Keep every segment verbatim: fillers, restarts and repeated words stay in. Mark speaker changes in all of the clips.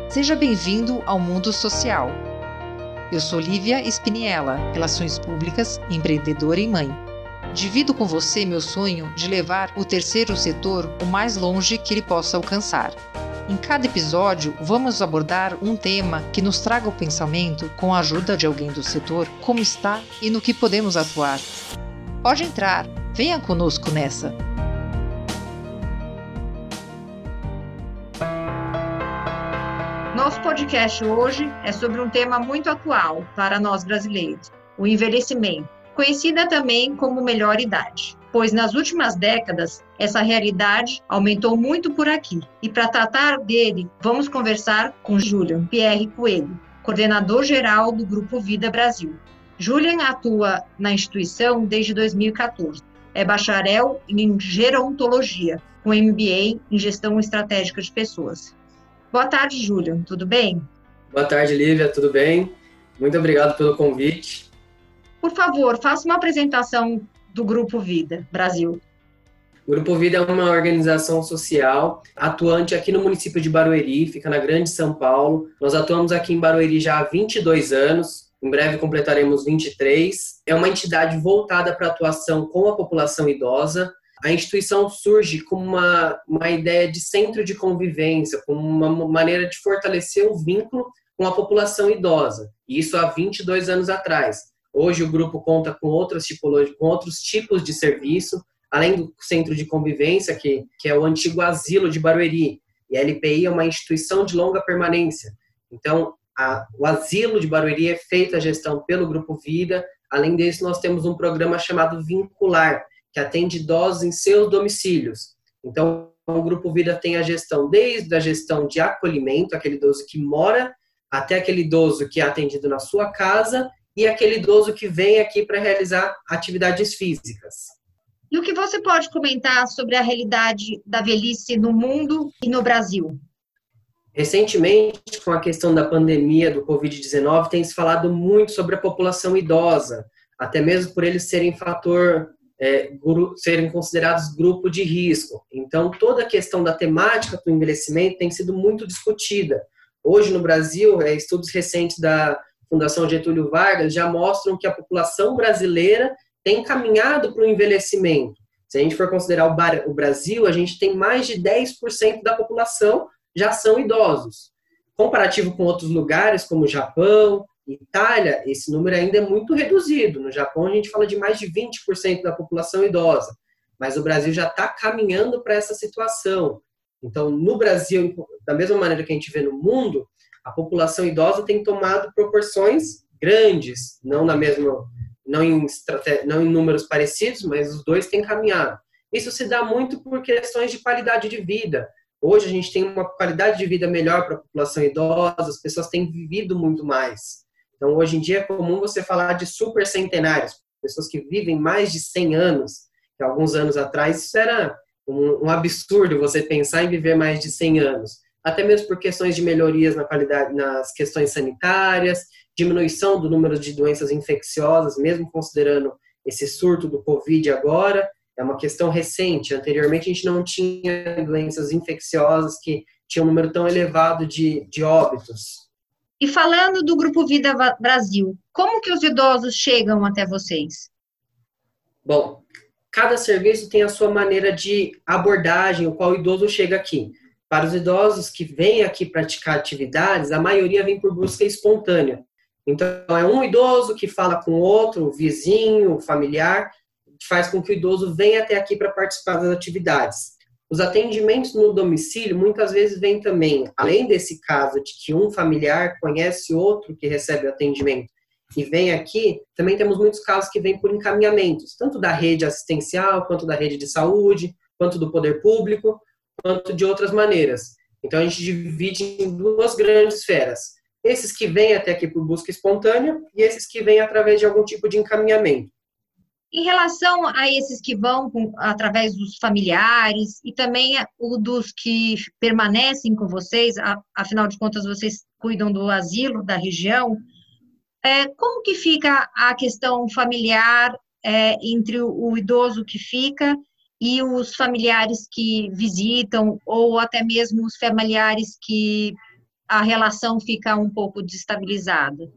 Speaker 1: Seja bem-vindo ao Mundo Social. Eu sou Lívia Spiniella, Relações Públicas, empreendedora e mãe. Divido com você meu sonho de levar o terceiro setor o mais longe que ele possa alcançar. Em cada episódio, vamos abordar um tema que nos traga o pensamento, com a ajuda de alguém do setor, como está e no que podemos atuar. Pode entrar, venha conosco nessa! Nosso podcast hoje é sobre um tema muito atual para nós brasileiros, o envelhecimento, conhecida também como melhor idade, pois nas últimas décadas essa realidade aumentou muito por aqui. E para tratar dele, vamos conversar com Julian Pierre Coelho, coordenador geral do Grupo Vida Brasil. Julian atua na instituição desde dois mil e quatorze. É bacharel em gerontologia, com M B A em gestão estratégica de pessoas. Boa tarde, Julian. Tudo bem?
Speaker 2: Boa tarde, Lívia. Tudo bem? Muito obrigado pelo convite.
Speaker 1: Por favor, faça uma apresentação do Grupo Vida Brasil.
Speaker 2: O Grupo Vida é uma organização social atuante aqui no município de Barueri, fica na Grande São Paulo. Nós atuamos aqui em Barueri já há vinte e dois anos, em breve completaremos vinte e três. É uma entidade voltada para a atuação com a população idosa. A instituição surge como uma, uma ideia de centro de convivência, como uma maneira de fortalecer o vínculo com a população idosa. E isso há vinte e dois anos atrás. Hoje o grupo conta com outras tipologias, com outros tipos de serviço, além do centro de convivência, que, que é o antigo asilo de Barueri. E a L P I é uma instituição de longa permanência. Então, a, o asilo de Barueri é feita a gestão pelo Grupo Vida. Além disso, nós temos um programa chamado Vincular, que atende idosos em seus domicílios. Então, o Grupo Vida tem a gestão, desde a gestão de acolhimento, aquele idoso que mora, até aquele idoso que é atendido na sua casa, e aquele idoso que vem aqui para realizar atividades físicas.
Speaker 1: E o que você pode comentar sobre a realidade da velhice no mundo e no Brasil?
Speaker 2: Recentemente, com a questão da pandemia do covid dezenove, tem se falado muito sobre a população idosa, até mesmo por eles serem fator... É, serem considerados grupo de risco. Então, toda a questão da temática do envelhecimento tem sido muito discutida. Hoje, no Brasil, é, estudos recentes da Fundação Getúlio Vargas já mostram que a população brasileira tem caminhado para o envelhecimento. Se a gente for considerar o, bar, o Brasil, a gente tem mais de dez por cento da população já são idosos. Comparativo com outros lugares, como o Japão, Itália, esse número ainda é muito reduzido. No Japão, a gente fala de mais de vinte por cento da população idosa, mas o Brasil já está caminhando para essa situação. Então, no Brasil, da mesma maneira que a gente vê no mundo, a população idosa tem tomado proporções grandes, não, na mesma, não, em, não em números parecidos, mas os dois têm caminhado. Isso se dá muito por questões de qualidade de vida. Hoje, a gente tem uma qualidade de vida melhor para a população idosa, as pessoas têm vivido muito mais. Então, hoje em dia é comum você falar de super centenários, pessoas que vivem mais de cem anos, que alguns anos atrás isso era um, um absurdo você pensar em viver mais de cem anos, até mesmo por questões de melhorias na qualidade, nas questões sanitárias, diminuição do número de doenças infecciosas, mesmo considerando esse surto do Covid agora, é uma questão recente. Anteriormente a gente não tinha doenças infecciosas que tinham um número tão elevado de, de óbitos.
Speaker 1: E falando do Grupo Vida Brasil, como que os idosos chegam até vocês?
Speaker 2: Bom, cada serviço tem a sua maneira de abordagem, o qual o idoso chega aqui. Para os idosos que vêm aqui praticar atividades, a maioria vem por busca espontânea. Então, é um idoso que fala com outro, o vizinho, o familiar, que faz com que o idoso venha até aqui para participar das atividades. Os atendimentos no domicílio muitas vezes vêm também, além desse caso de que um familiar conhece outro que recebe o atendimento e vem aqui, também temos muitos casos que vêm por encaminhamentos, tanto da rede assistencial, quanto da rede de saúde, quanto do poder público, quanto de outras maneiras. Então a gente divide em duas grandes esferas. Esses que vêm até aqui por busca espontânea e esses que vêm através de algum tipo de encaminhamento.
Speaker 1: Em relação a esses que vão com, através dos familiares e também o dos que permanecem com vocês, a, afinal de contas vocês cuidam do asilo da região, é, como que fica a questão familiar é, entre o, o idoso que fica e os familiares que visitam ou até mesmo os familiares que a relação fica um pouco desestabilizada?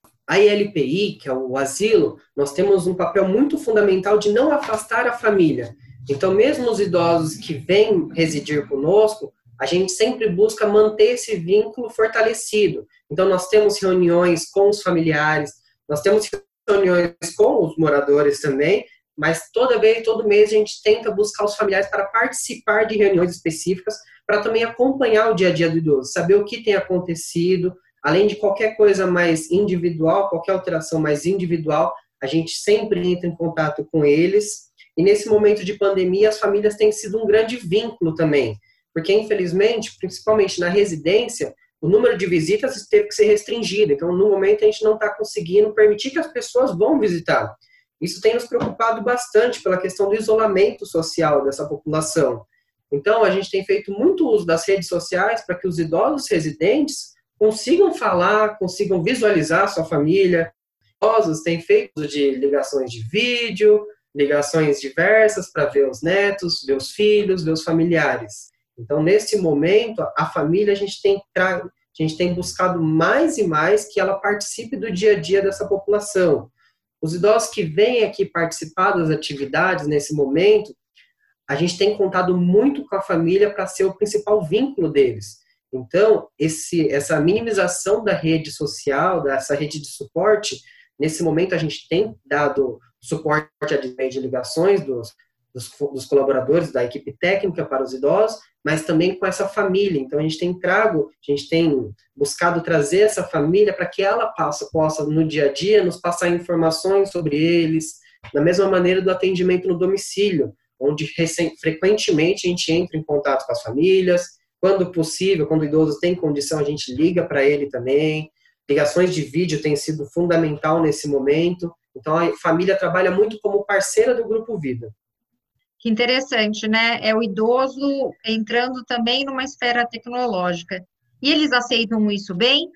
Speaker 2: A I L P I, que é o asilo, nós temos um papel muito fundamental de não afastar a família. Então, mesmo os idosos que vêm residir conosco, a gente sempre busca manter esse vínculo fortalecido. Então, nós temos reuniões com os familiares, nós temos reuniões com os moradores também, mas toda vez, todo mês, a gente tenta buscar os familiares para participar de reuniões específicas, para também acompanhar o dia a dia do idoso, saber o que tem acontecido, além de qualquer coisa mais individual, qualquer alteração mais individual, a gente sempre entra em contato com eles. E nesse momento de pandemia, as famílias têm sido um grande vínculo também, porque infelizmente, principalmente na residência, o número de visitas teve que ser restringido. Então, no momento, a gente não está conseguindo permitir que as pessoas vão visitar. Isso tem nos preocupado bastante pela questão do isolamento social dessa população. Então, a gente tem feito muito uso das redes sociais para que os idosos residentes consigam falar, consigam visualizar a sua família. Idosos têm feito de ligações de vídeo, ligações diversas para ver os netos, ver os filhos, ver os familiares. Então, nesse momento, a família, a gente tem, a gente tem buscado mais e mais que ela participe do dia a dia dessa população. Os idosos que vêm aqui participar das atividades nesse momento, a gente tem contado muito com a família para ser o principal vínculo deles. Então, esse, essa minimização da rede social, dessa rede de suporte, nesse momento a gente tem dado suporte a de ligações dos, dos, dos colaboradores da equipe técnica para os idosos, mas também com essa família. Então, a gente tem trago, a gente tem buscado trazer essa família para que ela possa, possa, no dia a dia, nos passar informações sobre eles, da mesma maneira do atendimento no domicílio, onde frequentemente a gente entra em contato com as famílias, quando possível, quando o idoso tem condição, a gente liga para ele também. Ligações de vídeo têm sido fundamental nesse momento. Então, a família trabalha muito como parceira do Grupo Vida.
Speaker 1: Que interessante, né? É o idoso entrando também numa esfera tecnológica. E eles aceitam isso bem?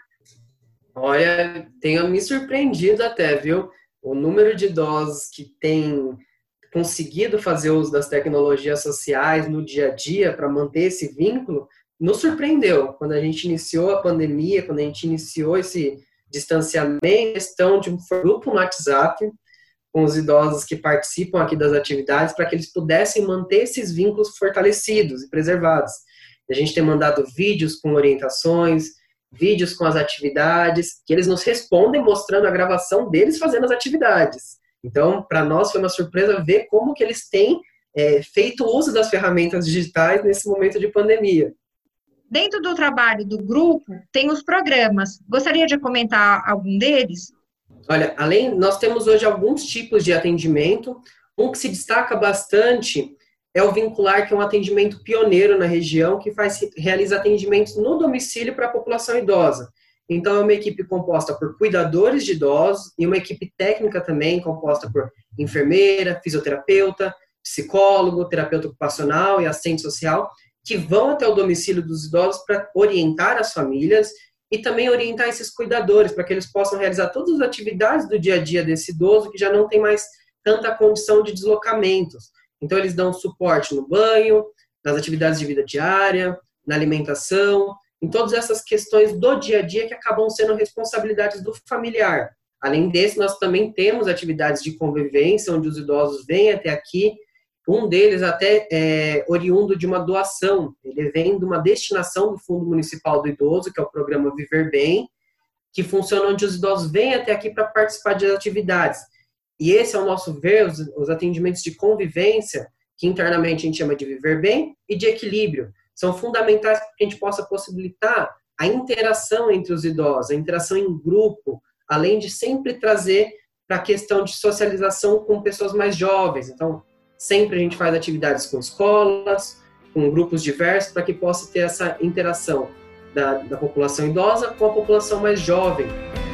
Speaker 2: Olha, tenho me surpreendido até, viu? O número de idosos que tem conseguido fazer uso das tecnologias sociais no dia a dia para manter esse vínculo, nos surpreendeu. Quando a gente iniciou a pandemia, quando a gente iniciou esse distanciamento, questão de um grupo no WhatsApp com os idosos que participam aqui das atividades para que eles pudessem manter esses vínculos fortalecidos e preservados. A gente tem mandado vídeos com orientações, vídeos com as atividades, que eles nos respondem mostrando a gravação deles fazendo as atividades. Então, para nós foi uma surpresa ver como que eles têm é, feito uso das ferramentas digitais nesse momento de pandemia.
Speaker 1: Dentro do trabalho do grupo, tem os programas. Gostaria de comentar algum deles?
Speaker 2: Olha, além, nós temos hoje alguns tipos de atendimento. Um que se destaca bastante é o vincular, que é um atendimento pioneiro na região, que faz, realiza atendimentos no domicílio para a população idosa. Então, é uma equipe composta por cuidadores de idosos e uma equipe técnica também, composta por enfermeira, fisioterapeuta, psicólogo, terapeuta ocupacional e assistente social, que vão até o domicílio dos idosos para orientar as famílias e também orientar esses cuidadores, para que eles possam realizar todas as atividades do dia a dia desse idoso que já não tem mais tanta condição de deslocamentos. Então, eles dão suporte no banho, nas atividades de vida diária, na alimentação, em todas essas questões do dia a dia que acabam sendo responsabilidades do familiar. Além desse, nós também temos atividades de convivência, onde os idosos vêm até aqui. Um deles até é oriundo de uma doação. Ele vem de uma destinação do Fundo Municipal do Idoso, que é o programa Viver Bem, que funciona onde os idosos vêm até aqui para participar de atividades. E esse, ao nosso ver, os, os atendimentos de convivência, que internamente a gente chama de Viver Bem, e de equilíbrio, são fundamentais para que a gente possa possibilitar a interação entre os idosos, a interação em grupo, além de sempre trazer para a questão de socialização com pessoas mais jovens. Então, sempre a gente faz atividades com escolas, com grupos diversos, para que possa ter essa interação da, da população idosa com a população mais jovem.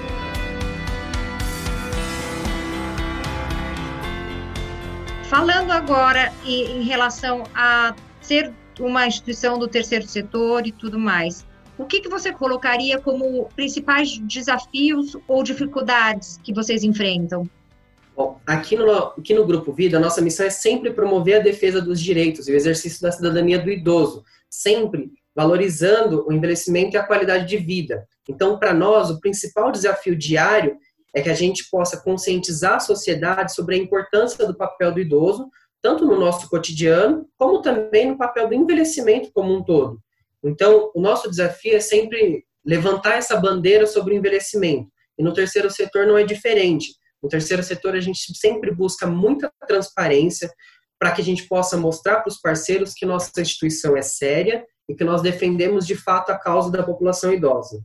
Speaker 1: Falando agora em, em relação a ser uma instituição do terceiro setor e tudo mais, o que, que você colocaria como principais desafios ou dificuldades que vocês enfrentam?
Speaker 2: Bom, aqui no, aqui no Grupo Vida, a nossa missão é sempre promover a defesa dos direitos e o exercício da cidadania do idoso. Sempre valorizando o envelhecimento e a qualidade de vida. Então, para nós, o principal desafio diário é que a gente possa conscientizar a sociedade sobre a importância do papel do idoso, tanto no nosso cotidiano, como também no papel do envelhecimento como um todo. Então, o nosso desafio é sempre levantar essa bandeira sobre o envelhecimento. E no terceiro setor não é diferente. No terceiro setor, a gente sempre busca muita transparência para que a gente possa mostrar para os parceiros que nossa instituição é séria e que nós defendemos, de fato, a causa da população idosa.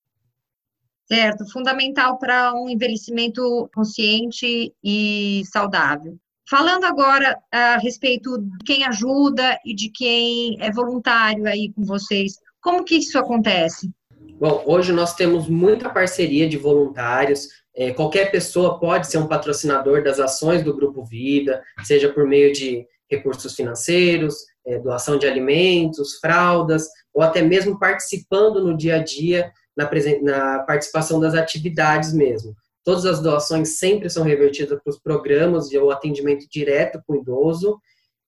Speaker 1: Certo, fundamental para um envelhecimento consciente e saudável. Falando agora a respeito de quem ajuda e de quem é voluntário aí com vocês, como que isso acontece?
Speaker 2: Bom, hoje nós temos muita parceria de voluntários. É, qualquer pessoa pode ser um patrocinador das ações do Grupo Vida, seja por meio de recursos financeiros, é, doação de alimentos, fraldas, ou até mesmo participando no dia a dia, na, na participação das atividades mesmo. Todas as doações sempre são revertidas para os programas de atendimento direto com o idoso.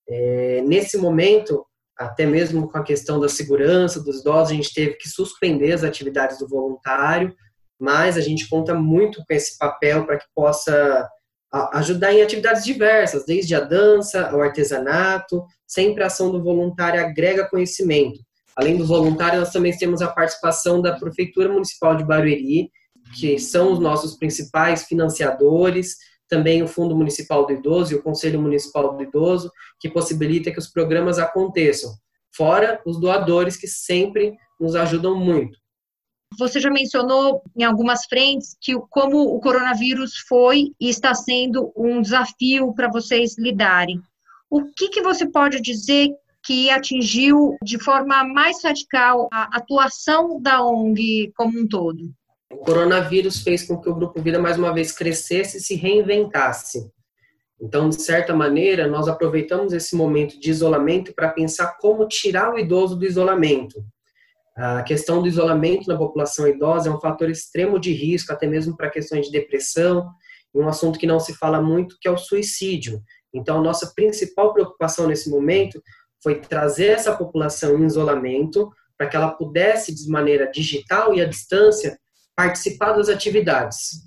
Speaker 2: É, nesse momento, até mesmo com a questão da segurança dos idosos, a gente teve que suspender as atividades do voluntário, mas a gente conta muito com esse papel para que possa ajudar em atividades diversas, desde a dança ao artesanato. Sempre a ação do voluntário agrega conhecimento. Além do voluntário, nós também temos a participação da Prefeitura Municipal de Barueri, que são os nossos principais financiadores, também o Fundo Municipal do Idoso e o Conselho Municipal do Idoso, que possibilita que os programas aconteçam, fora os doadores que sempre nos ajudam muito.
Speaker 1: Você já mencionou em algumas frentes que como o coronavírus foi e está sendo um desafio para vocês lidarem. O que, que você pode dizer que atingiu de forma mais radical a atuação da O N G como um todo?
Speaker 2: O coronavírus fez com que o Grupo Vida mais uma vez crescesse e se reinventasse. Então, de certa maneira, nós aproveitamos esse momento de isolamento para pensar como tirar o idoso do isolamento. A questão do isolamento na população idosa é um fator extremo de risco, até mesmo para questões de depressão, e um assunto que não se fala muito, que é o suicídio. Então, a nossa principal preocupação nesse momento foi trazer essa população em isolamento para que ela pudesse, de maneira digital e à distância, participar das atividades.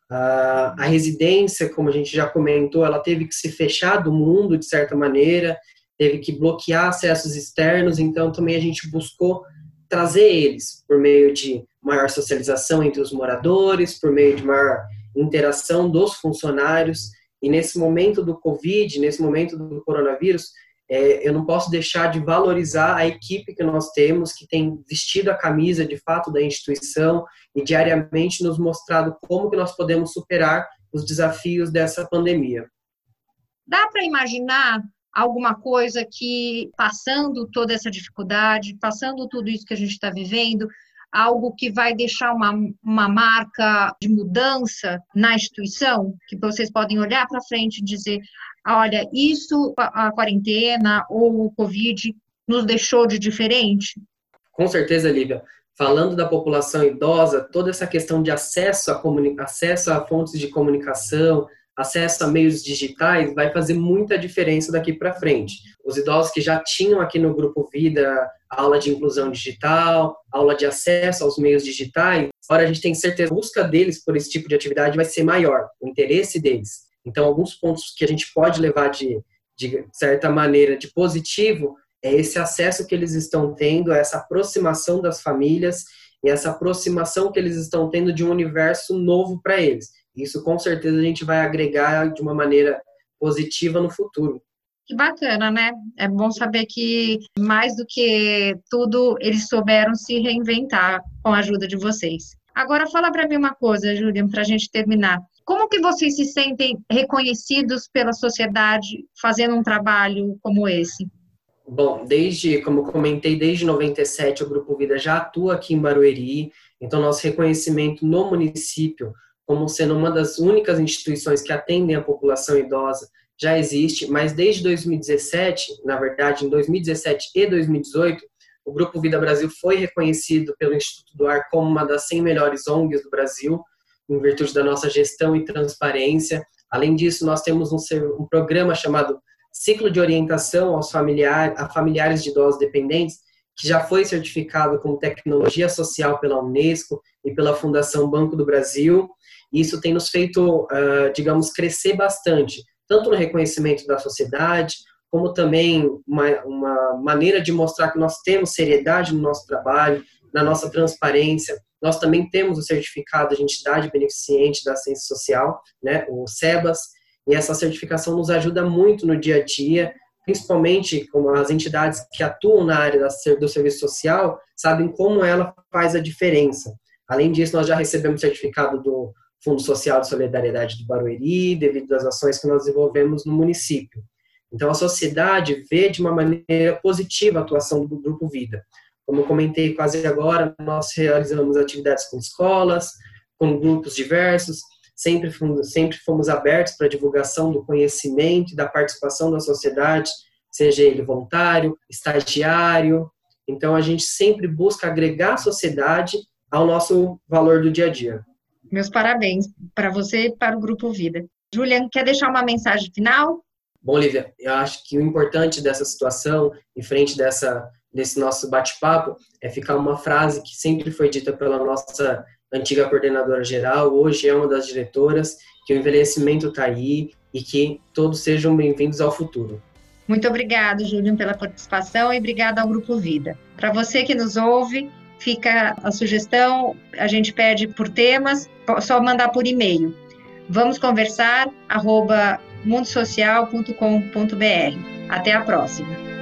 Speaker 2: Uh, a residência, como a gente já comentou, ela teve que se fechar do mundo, de certa maneira, teve que bloquear acessos externos, então também a gente buscou trazer eles por meio de maior socialização entre os moradores, por meio de maior interação dos funcionários, e nesse momento do Covid, nesse momento do coronavírus, é, eu não posso deixar de valorizar a equipe que nós temos, que tem vestido a camisa, de fato, da instituição e diariamente nos mostrado como que nós podemos superar os desafios dessa pandemia.
Speaker 1: Dá para imaginar alguma coisa que, passando toda essa dificuldade, passando tudo isso que a gente está vivendo, algo que vai deixar uma, uma marca de mudança na instituição, que vocês podem olhar para frente e dizer, olha, isso, a quarentena ou o Covid nos deixou de diferente?
Speaker 2: Com certeza, Lívia. Falando da população idosa, toda essa questão de acesso a, comuni- acesso a fontes de comunicação, acesso a meios digitais, vai fazer muita diferença daqui para frente. Os idosos que já tinham aqui no Grupo Vida aula de inclusão digital, aula de acesso aos meios digitais, agora a gente tem certeza que a busca deles por esse tipo de atividade vai ser maior, o interesse deles. Então, alguns pontos que a gente pode levar de, de certa maneira, de positivo, é esse acesso que eles estão tendo, essa aproximação das famílias e essa aproximação que eles estão tendo de um universo novo para eles. Isso, com certeza, a gente vai agregar de uma maneira positiva no futuro.
Speaker 1: Que bacana, né? É bom saber que, mais do que tudo, eles souberam se reinventar com a ajuda de vocês. Agora, fala para mim uma coisa, Júlia, para a gente terminar. Como que vocês se sentem reconhecidos pela sociedade fazendo um trabalho como esse?
Speaker 2: Bom, desde, como eu comentei, desde noventa e sete o Grupo Vida já atua aqui em Barueri, então nosso reconhecimento no município como sendo uma das únicas instituições que atendem a população idosa já existe, mas desde dois mil e dezessete, na verdade, em dois mil e dezessete e dois mil e dezoito, o Grupo Vida Brasil foi reconhecido pelo Instituto do Ar como uma das cem melhores O N Gs do Brasil, em virtude da nossa gestão e transparência. Além disso, nós temos um, um programa chamado Ciclo de Orientação aos familiares, a familiares de idosos dependentes, que já foi certificado como tecnologia social pela Unesco e pela Fundação Banco do Brasil. Isso tem nos feito, uh, digamos, crescer bastante, tanto no reconhecimento da sociedade, como também uma, uma maneira de mostrar que nós temos seriedade no nosso trabalho, na nossa transparência. Nós também temos o certificado de entidade beneficente da ciência social, né, o SEBAS, e essa certificação nos ajuda muito no dia a dia, principalmente como as entidades que atuam na área do serviço social sabem como ela faz a diferença. Além disso, nós já recebemos certificado do Fundo Social de Solidariedade do Barueri, devido às ações que nós desenvolvemos no município. Então, a sociedade vê de uma maneira positiva a atuação do Grupo Vida. Como eu comentei quase agora, nós realizamos atividades com escolas, com grupos diversos, sempre fomos, sempre fomos abertos para a divulgação do conhecimento e da participação da sociedade, seja ele voluntário, estagiário. Então, a gente sempre busca agregar a sociedade ao nosso valor do dia a dia.
Speaker 1: Meus parabéns para você e para o Grupo Vida. Julian, quer deixar uma mensagem final?
Speaker 2: Bom, Lívia, eu acho que o importante dessa situação, em frente dessa, desse nosso bate-papo, é ficar uma frase que sempre foi dita pela nossa antiga coordenadora geral, hoje é uma das diretoras, que o envelhecimento está aí e que todos sejam bem-vindos ao futuro.
Speaker 1: Muito obrigada, Julian, pela participação e obrigada ao Grupo Vida. Para você que nos ouve, fica a sugestão, a gente pede por temas, só mandar por e-mail. Vamos conversar, arroba mundo social ponto com ponto b r. Até a próxima.